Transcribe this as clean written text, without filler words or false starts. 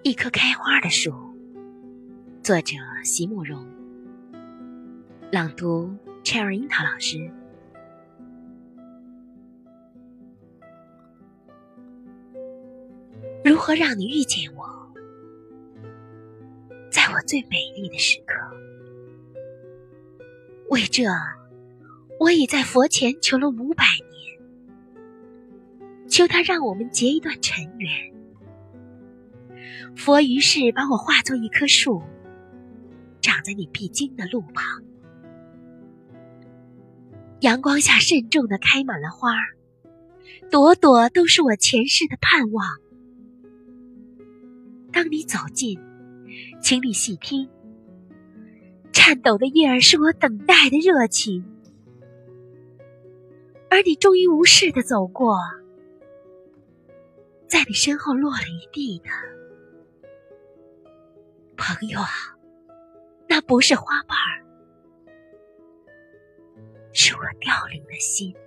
一棵开花的树，作者席慕容，朗读 Cherry 樱桃老师。如何让你遇见我，在我最美丽的时刻？为这，我已在佛前求了500年，求他让我们结一段尘缘。佛于是把我化作一棵树，长在你必经的路旁。阳光下慎重地开满了花，朵朵都是我前世的盼望。当你走近，请你细听，颤抖的叶儿是我等待的热情，而你终于无视地走过，在你身后落了一地的。朋友啊，那不是花瓣儿，是我凋零的心。